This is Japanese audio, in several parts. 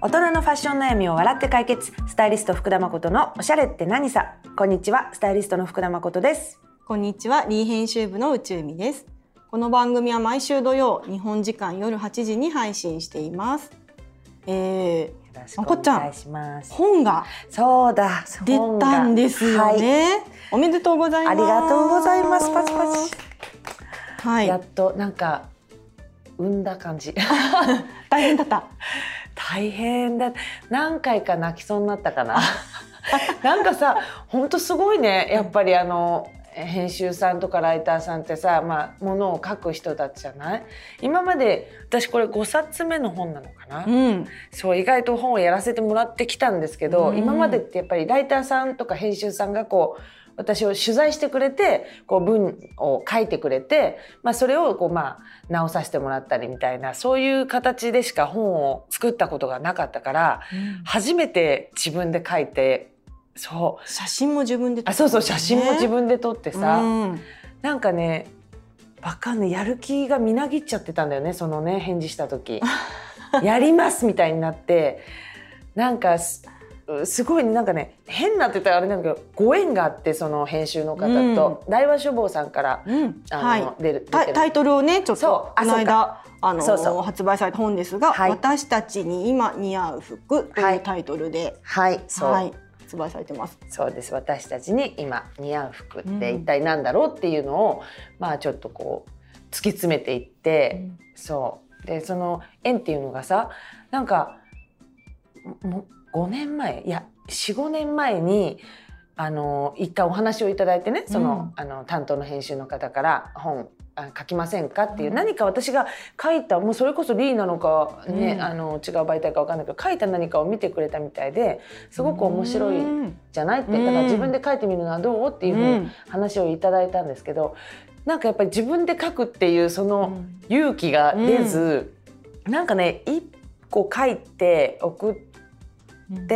大人のファッション悩みを笑って解決、スタイリスト福田誠のおしゃれって何さ。こんにちは、スタイリストの福田誠です。 こんにちは、リー編集部の宇宙美です。この番組は毎週土曜、日本時間夜8時に配信しています。まこっちゃん、本が出たんですよね。おめでとうございます。 ありがとうございます。パチパチ。 はい、 やっとなんか産んだ感じ。 大変だった。 大変だ。何回か泣きそうになったかな。なんかさ、本当すごいね。やっぱり編集さんとかライターさんってさ、ものを書く人たちじゃない。今まで私これ5冊目の本なのかな、そう意外と本をやらせてもらってきたんですけど、今までってやっぱりライターさんとか編集さんがこう私を取材してくれて、こう文を書いてくれて、それをこう直させてもらったりみたいな、そういう形でしか本を作ったことがなかったから、初めて自分で書いて、そう写真も自分で撮って、ね、 そう写真も自分で撮ってさ、なんかね、わかんない、やる気がみなぎっちゃってたんだよね、そのね返事した時やりますみたいになって、なんかすごいなんかね、変なって言ったらあれなんだけど、ご縁があって、その編集の方と、大和書房さんから、出るタイトルをね、ちょっとこの間発売された本ですが、私たちに今似合う服というタイトルで、発売されてます。 そうです。私たちに今似合う服って一体何だろうっていうのを、ちょっとこう突き詰めていって、そうで、その縁っていうのがさ、なんかもう5年前、いや 4,5 年前に一回お話をいただいてね、その、担当の編集の方から本書きませんかっていう、何か私が書いた、もうそれこそリーなのかね、違う媒体か分かんないけど書いた何かを見てくれたみたいで、すごく面白いじゃないって、だから自分で書いてみるのはどうっていうふうに話をいただいたんですけど、なんかやっぱり自分で書くっていうその勇気が出ず、なんかね、一個書いて送って、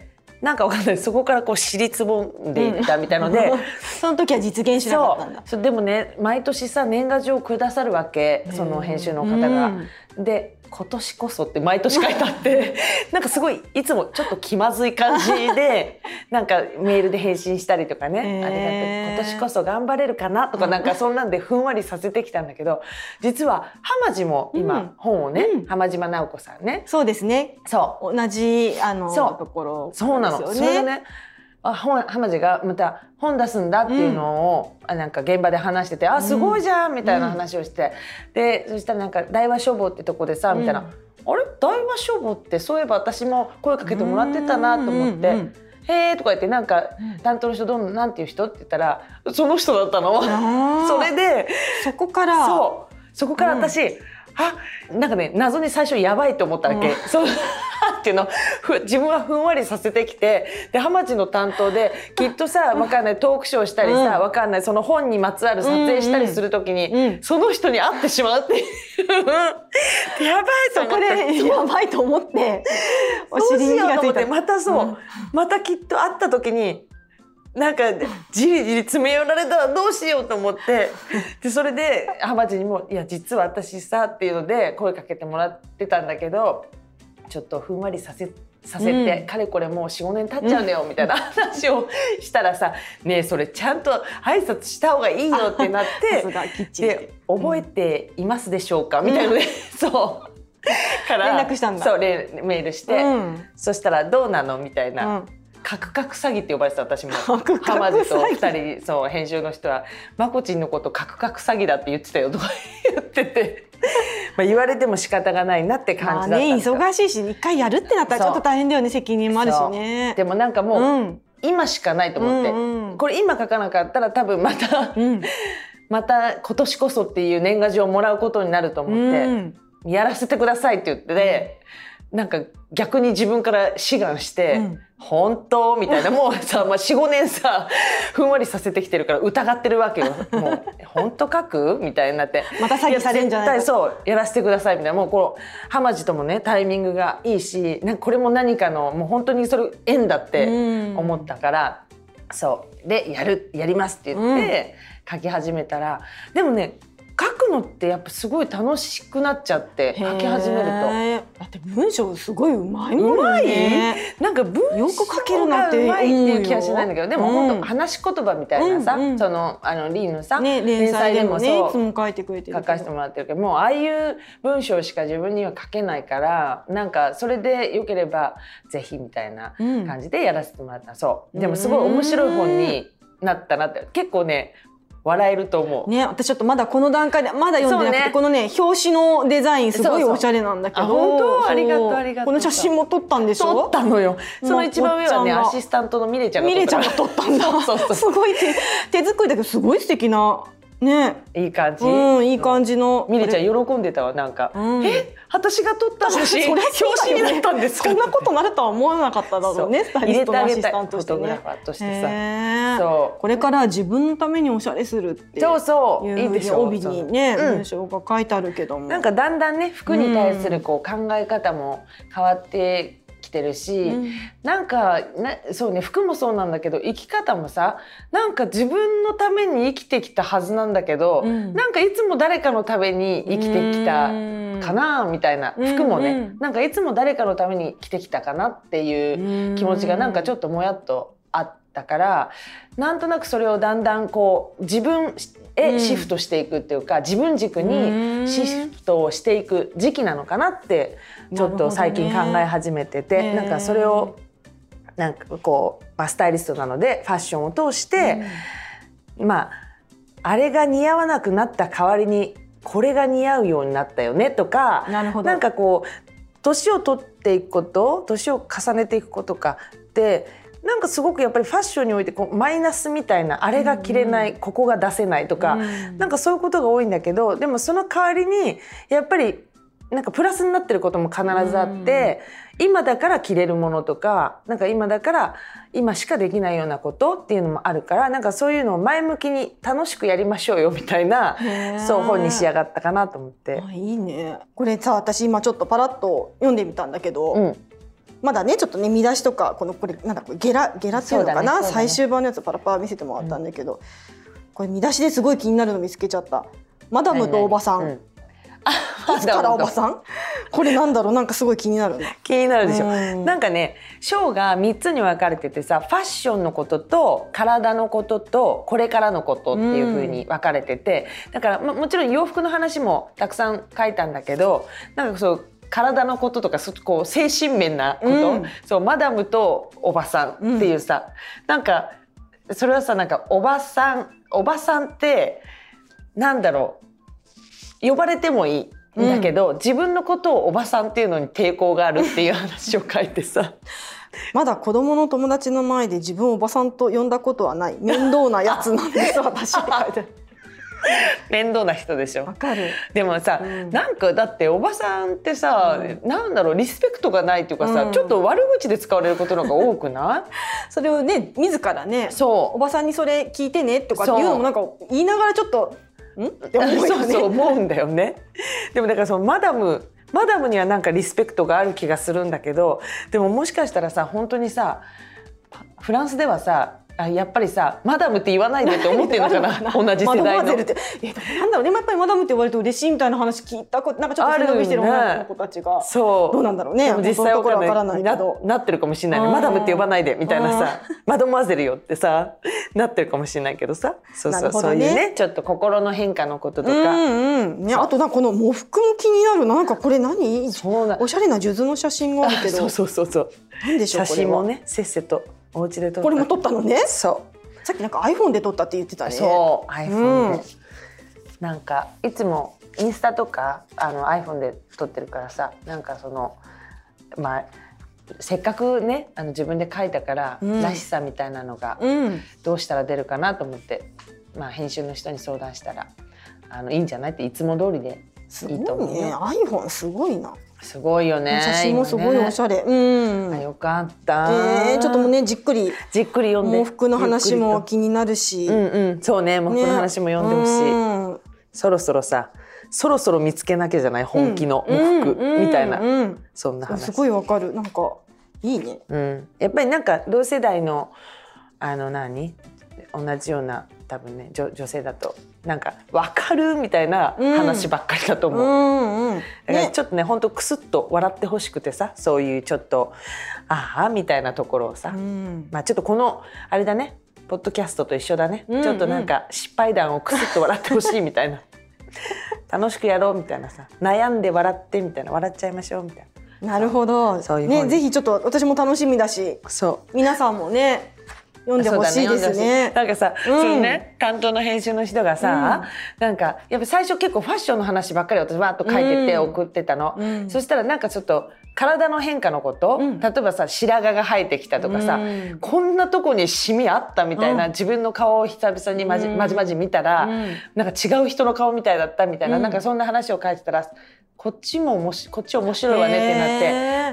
なんかわかんない、そこからこう尻つぼんでいったみたいので、 その時は実現しなかったんだ。 そうでもね、毎年さ年賀状をくださるわけ、その編集の方が。で、今年こそって毎年書いてあってなんかすごいいつもちょっと気まずい感じでなんかメールで返信したりとかね、ありがとう、今年こそ頑張れるかなとか、なんかそんなんでふんわりさせてきたんだけど、実は浜地も今本をね、浜島直子さんね、 そうですね、 そう同じところ、 そうなの、それでね、浜地がまた本出すんだっていうのを、なんか現場で話してて、すごいじゃんみたいな話をして、でそしたらなんか大和書房ってとこでさ、みたいな、あれ大和書房ってそういえば私も声かけてもらってたなと思って、へーとか言って、なんか担当の人なんていう人って言ったらその人だったの。それでそこから私、なんかね、謎に最初やばいと思ったわけ。そうっていうの自分はふんわりさせてきて、で浜地の担当できっとさ、わかんないトークショーしたりさ、わかんないその本にまつわる撮影したりする時に、その人に会ってしまうっていうやばいと思って、そこでやばいと思ってお尻に火がついた。またまたきっと会った時になんかじりじり詰め寄られたらどうしようと思って、でそれで浜地にも、いや実は私さっていうので声かけてもらってたんだけど、ちょっとふんわりさせて、かれこれもう 4,5 年経っちゃうんだよみたいな話をしたらさ、ねえそれちゃんと挨拶した方がいいよってなって、で覚えていますでしょうかみたいなので、そうから連絡したんだ。 そうメールして、そしたらどうなのみたいな。カクカク詐欺って呼ばれてた、私も。浜地と2人、そう編集の人はまこちんのことカクカク詐欺だって言ってたよとか言ってて言われても仕方がないなって感じだったんですよ。 忙しいし、一回やるってなったらちょっと大変だよね、責任もあるしね。 でもなんかもう、今しかないと思って、これ今書かなかったら多分また今年こそっていう年賀状をもらうことになると思って、やらせてくださいって言って、なんか逆に自分から志願して、本当みたいな、もうさ、4,5 年さふんわりさせてきてるから疑ってるわけよ。もう本当書くみたいになって、 また詐欺されるんじゃないか、 絶対そうやらせてくださいみたいな、もうこの浜地ともねタイミングがいいし、なんかこれも何かのもう本当にそれ縁だって思ったから、そうでやりますって言って書き始めたら、でもね書くくのってやっぱすごい楽しくなっちゃって書き始めると。 だって文章すごいうまいもんね。 なんか文章よく書けるなってうまいっていう気はしないんだけど、でも本当話し言葉みたいなさ、そのリーのさ、 連載でもねいつも書いてくれてる、 書かせてもらってるけど、もうああいう文章しか自分には書けないから、なんかそれでよければぜひみたいな感じでやらせてもらった。そうでもすごい面白い本になったなって、結構ね笑えると思うね。 私ちょっとまだこの段階でまだ読んでなくて、このね表紙のデザインすごいおしゃれなんだけど、 本当ありがとうありがとう。 この写真も撮ったんでしょ。 撮ったのよ。その一番上はねアシスタントのミレちゃんが撮ったんだ。すごい手作りだけどすごい素敵なね、 いい感じ、 いい感じの。 ミレちゃん喜んでたわ。なんか私が撮った写真表紙になったんですか。 そんなことなるとは思わなかっただろうね。スタイリストのアシスタントとしてね。 フォトグラファーとしてさ。そうこれから自分のためにおしゃれするっていういいでしょ。帯にね文章が書いてあるけども、 なんかだんだんね服に対するこう考え方も変わってきてるし、なんかそうね、服もそうなんだけど生き方もさ、なんか自分のために生きてきたはずなんだけど、なんかいつも誰かのために生きてきたかなみたいな。服もね、なんかいつも誰かのために生きてきたかなっていう気持ちがなんかちょっともやっとあったから、なんとなくそれをだんだんこう自分へシフトしていくっていうか、自分軸にシフトをしていく時期なのかなってちょっと最近考え始めてて、なんかそれをなんかこう、スタイリストなのでファッションを通して、あれが似合わなくなった代わりにこれが似合うようになったよねとか、なんかこう年を取っていくこと、年を重ねていくことかってなんかすごくやっぱりファッションにおいてこうマイナスみたいな、あれが着れない、ここが出せないとか、なんかそういうことが多いんだけど、でもその代わりにやっぱりなんかプラスになってることも必ずあって、今だから着れるものとか、なんか今だから今しかできないようなことっていうのもあるから、なんかそういうのを前向きに楽しくやりましょうよみたいな、そう本に仕上がったかなと思って。 いいね。これさ、私今ちょっとパラッと読んでみたんだけど、まだねちょっとね見出しとかこれなんだこれゲラっていうのかな、最終版のやつパラパラ見せてもらったんだけど、これ見出しですごい気になるの見つけちゃった。マダムとおばさん。いつからおばさん？これなんだろう、なんかすごい気になるね。 気になるでしょ。なんかね、章が3つに分かれててさ、ファッションのことと体のこととこれからのことっていう風に分かれてて、だからもちろん洋服の話もたくさん書いたんだけど、なんかそう体のこととかこう精神面なこと、そうマダムとおばさんっていうさ、なんかそれはさ、なんかおばさんってなんだろう、呼ばれてもいいんだけど、自分のことをおばさんっていうのに抵抗があるっていう話を書いてさまだ子供の友達の前で自分をおばさんと呼んだことはない面倒なやつなんです私って書いてある。 面倒な人でしょ。 わかる。 でもさ、なんかだっておばさんってさ、なんだろう、リスペクトがないっていうかさ、ちょっと悪口で使われることの方が多くない？ それをね自らね、おばさんにそれ聞いてねとかっていうのもなんか言いながらちょっとって思うよね。 そう思うんだよね。でもだからそのマダムにはなんかリスペクトがある気がするんだけど、でももしかしたらさ、本当にさフランスではさ、やっぱりさマダムって言わないでって思ってるのかな同じ世代の。なんだろうね、やっぱりマダムって言われると嬉しいみたいな話聞いたこと、なんかちょっと背伸びしてる女の子たちが、どうなんだろうね。 実際は分からないけどなってるかもしれないね。マダムって呼ばないでみたいなさ、マドモアゼルよってさなってるかもしれないけどさ、そういうね、ちょっと心の変化のこととか、 あとなんかこの喪服も気になるな。なんかこれ何？おしゃれな数珠の写真があるけど、 そう何でしょう。 写真もねせっせとお家で撮った。 これも撮ったのね。 そう。 さっきなんか iPhone で撮ったって言ってたね。 そう iPhone で、なんかいつもインスタとかiPhone で撮ってるからさ、なんかそのせっかくね自分で書いたから、らしさみたいなのがどうしたら出るかなと思って、編集の人に相談したらいいんじゃないって、いつも通りでいいと思うよ。 iPhone すごいな。 すごいよね。 写真もすごいおしゃれ。 よかった。 ちょっともうねじっくり読んで。 喪服の話も気になるし。 そうね、喪服の話も読んでほしい。そろそろ見つけなきゃじゃない、本気の喪服みたいな、そんな話。 すごいわかる。なんかいいね。 やっぱりなんか同世代の同じような多分ね女性だとなんか分かるみたいな話ばっかりだと思う。だからちょっとね本当クスッと笑ってほしくてさ、そういうちょっとああみたいなところをさ、まあちょっとこのあれだね、ポッドキャストと一緒だね、ちょっとなんか失敗談をクスッと笑ってほしいみたいな楽しくやろうみたいなさ、悩んで笑ってみたいな、笑っちゃいましょうみたいな。 なるほど。そういうね、ぜひちょっと私も楽しみだし、皆さんもね読んでほしいですね。 なんかさ、そのね担当の編集の人がさ、なんかやっぱ最初結構ファッションの話ばっかり私わーっと書いてて送ってたの。そしたらなんかちょっと体の変化のこと、例えばさ白髪が生えてきたとかさ、こんなとこにシミあったみたいな、自分の顔を久々にまじ見たら、なんか違う人の顔みたいだったみたいな、なんかそんな話を書いてたら、こっち面白いわねってなって、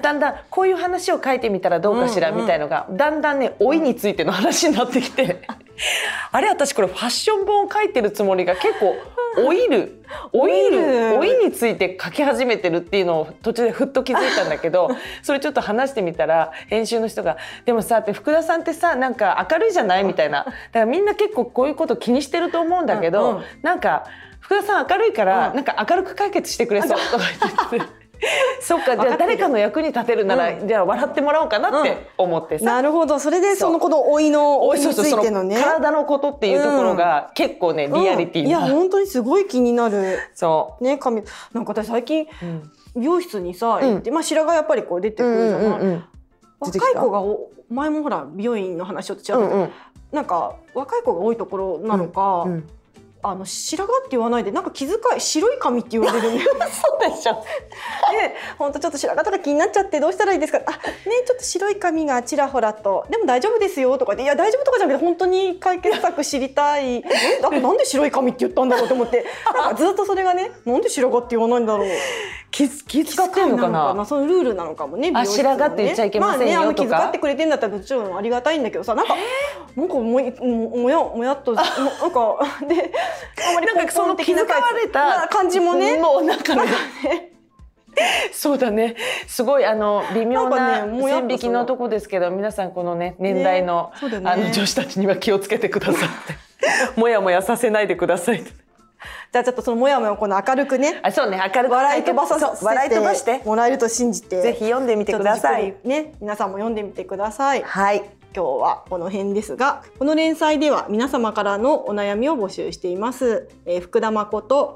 だんだんこういう話を書いてみたらどうかしらみたいのが、だんだんね老いについての話になってきてあれ私これファッション本を書いてるつもりが結構老いについて書き始めてるっていうのを途中でふっと気づいたんだけどそれちょっと話してみたら編集の人が「でもさって福田さんってさなんか明るいじゃない?」みたいな。だからみんな結構こういうこと気にしてると思うんだけど、なんか福田さん明るいから、なんか明るく解決してくれそうとか言っててそっか、じゃあ誰かの役に立てるなら、じゃあ笑ってもらおうかなって思ってさ。 なるほど。それでそのこの老いについてのね、 体のことっていうところが結構ね、リアリティな。 いや本当にすごい気になる。 そうね、髪なんか私最近美容室にさ行って、まあ白髪やっぱりこう出てくるじゃない。若い子が前もほら美容院の話をちょっとなんか若い子が多いところなのか。白髪って言わないでなんか気遣い白い髪って言われるんだよそうでしょ。 で本当ちょっと白髪とか気になっちゃってどうしたらいいですか。あねちょっと白い髪がちらほらとでも大丈夫ですよとかで、いや大丈夫とかじゃなくて本当に解決策知りたい。だってなんで白い髪って言ったんだろうと思ってなんかずっとそれがねなんで白髪って言わないんだろう。 気遣ってんのかな。 そのルールなのかもね。美容室のね、 白髪って言っちゃいけませんよとか。 まあね、気遣ってくれてんだったらもちろんありがたいんだけどさ、なんかもやっとなんかであまりなんかその気遣われた感じもね、 もうなんかねそうだね、すごい微妙な線引きのとこですけど、皆さんこのね年代の女子たちには気をつけてくださってもやもやさせないでください。 じゃあちょっとそのもやもやをこの明るくね、 そうね、明るく笑い飛ばしてもらえると信じて、 ぜひ読んでみてください。 ね、皆さんも読んでみてください。 はい。 今日はこの辺ですが、この連載では皆様からのお悩みを募集しています。福田誠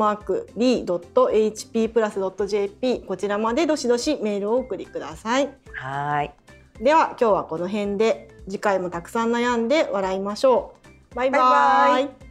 @ri.hpplus.jp こちらまでどしどしメールをお送りください。 はい。 では今日はこの辺で、次回もたくさん悩んで笑いましょう。バイバイ。